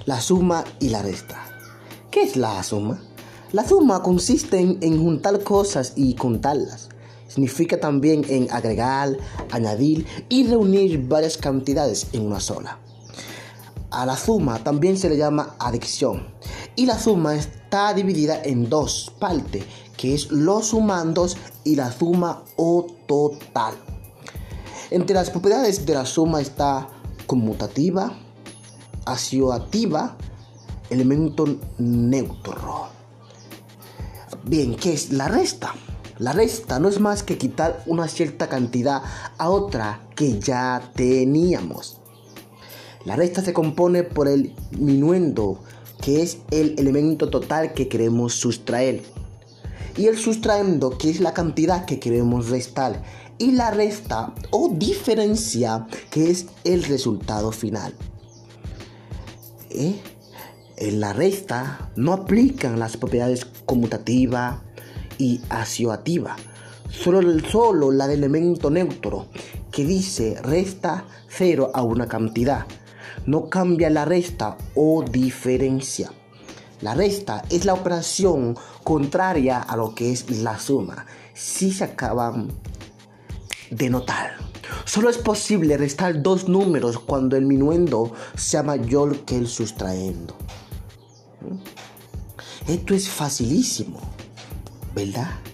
La suma y la resta. ¿Qué es la suma? La suma consiste en juntar cosas y contarlas. Significa también en agregar, añadir y reunir varias cantidades en una sola. A la suma también se le llama adición. Y la suma está dividida en dos partes, que es los sumandos y la suma o total. Entre las propiedades de la suma está conmutativa, asociativa, elemento neutro. Bien, ¿qué es la resta? La resta no es más que quitar una cierta cantidad a otra que ya teníamos. La resta se compone por el minuendo, que es el elemento total que queremos sustraer, y el sustraendo, que es la cantidad que queremos restar, y la resta o diferencia, que es el resultado final. En la resta no aplican las propiedades conmutativa y asociativa, solo la del elemento neutro, que dice resta 0 a una cantidad. No cambia la resta o diferencia. La resta es la operación contraria a lo que es la suma, si se acaban de notar. Solo es posible restar dos números cuando el minuendo sea mayor que el sustraendo. Esto es facilísimo, ¿verdad?